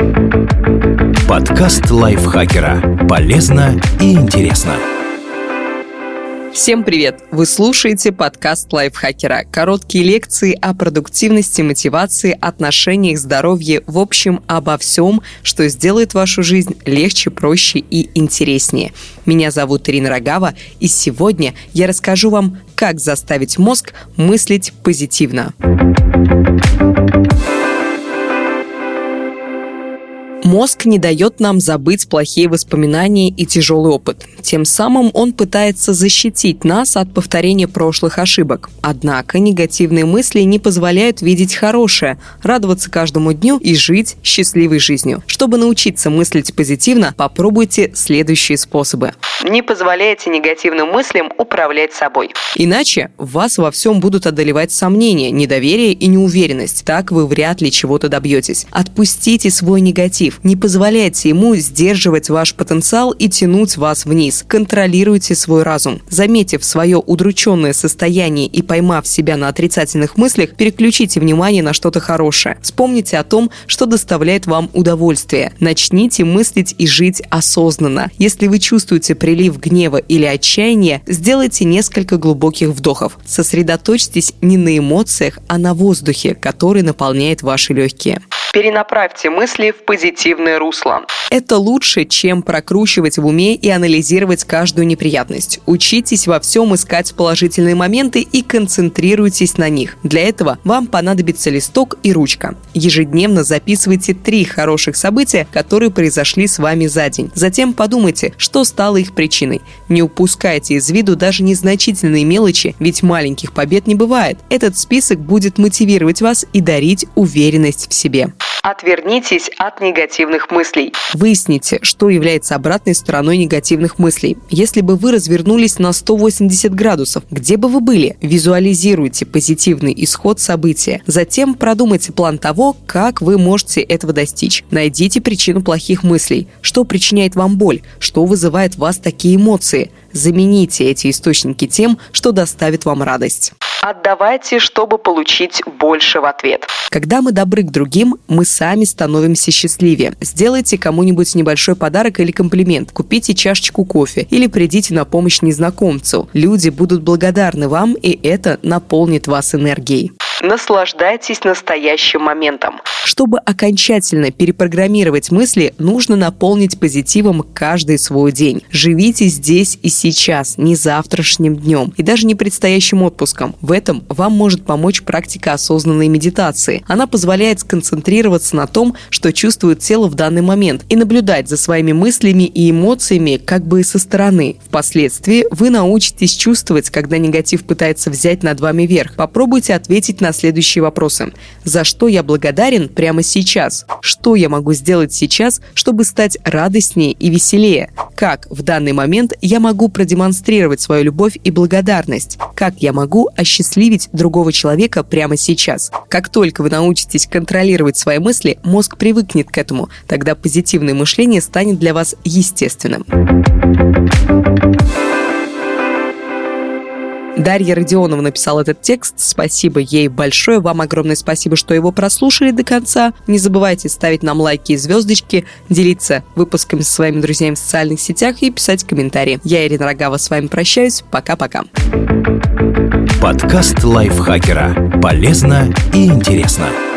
Подкаст лайфхакера. Полезно и интересно. Всем привет! Вы слушаете подкаст лайфхакера. Короткие лекции о продуктивности, мотивации, отношениях, здоровье, в общем, обо всем, что сделает вашу жизнь легче, проще и интереснее. Меня зовут Ирина Рогава, и сегодня я расскажу вам, как заставить мозг мыслить позитивно. Мозг не дает нам забыть плохие воспоминания и тяжелый опыт. Тем самым он пытается защитить нас от повторения прошлых ошибок. Однако негативные мысли не позволяют видеть хорошее, радоваться каждому дню и жить счастливой жизнью. Чтобы научиться мыслить позитивно, попробуйте следующие способы. Не позволяйте негативным мыслям управлять собой. Иначе вас во всем будут одолевать сомнения, недоверие и неуверенность. Так вы вряд ли чего-то добьетесь. Отпустите свой негатив. Не позволяйте ему сдерживать ваш потенциал и тянуть вас вниз. Контролируйте свой разум. Заметив свое удрученное состояние и поймав себя на отрицательных мыслях, переключите внимание на что-то хорошее. Вспомните о том, что доставляет вам удовольствие. Начните мыслить и жить осознанно. Если вы чувствуете прилив гнева или отчаяния, сделайте несколько глубоких вдохов. Сосредоточьтесь не на эмоциях, а на воздухе, который наполняет ваши легкие. Перенаправьте мысли в позитивное русло. Это лучше, чем прокручивать в уме и анализировать каждую неприятность. Учитесь во всем искать положительные моменты и концентрируйтесь на них. Для этого вам понадобится листок и ручка. Ежедневно записывайте 3 хороших события, которые произошли с вами за день. Затем подумайте, что стало их причиной. Не упускайте из виду даже незначительные мелочи, ведь маленьких побед не бывает. Этот список будет мотивировать вас и дарить уверенность в себе. Отвернитесь от негативных мыслей. Выясните, что является обратной стороной негативных мыслей. Если бы вы развернулись на 180 градусов, где бы вы были? Визуализируйте позитивный исход события. Затем продумайте план того, как вы можете этого достичь. Найдите причину плохих мыслей. Что причиняет вам боль? Что вызывает в вас такие эмоции? Замените эти источники тем, что доставит вам радость. Отдавайте, чтобы получить больше в ответ. Когда мы добры к другим, мы сами становимся счастливее. Сделайте кому-нибудь небольшой подарок или комплимент. Купите чашечку кофе или придите на помощь незнакомцу. Люди будут благодарны вам, и это наполнит вас энергией. Наслаждайтесь настоящим моментом. Чтобы окончательно перепрограммировать мысли, нужно наполнить позитивом каждый свой день. Живите здесь и сейчас, не завтрашним днем и даже не предстоящим отпуском. В этом вам может помочь практика осознанной медитации. Она позволяет сконцентрироваться на том, что чувствует тело в данный момент, и наблюдать за своими мыслями и эмоциями как бы со стороны. Впоследствии вы научитесь чувствовать, когда негатив пытается взять над вами верх. Попробуйте ответить на следующие вопросы. За что я благодарен прямо сейчас? Что я могу сделать сейчас, чтобы стать радостнее и веселее? Как в данный момент я могу продемонстрировать свою любовь и благодарность? Как я могу осчастливить другого человека прямо сейчас? Как только вы научитесь контролировать свои мысли, мозг привыкнет к этому. Тогда позитивное мышление станет для вас естественным. Дарья Родионова написала этот текст. Спасибо ей большое. Вам огромное спасибо, что его прослушали до конца. Не забывайте ставить нам лайки и звездочки, делиться выпусками со своими друзьями в социальных сетях и писать комментарии. Я, Ирина Рогава, с вами прощаюсь. Пока-пока. Подкаст лайфхакера. Полезно и интересно.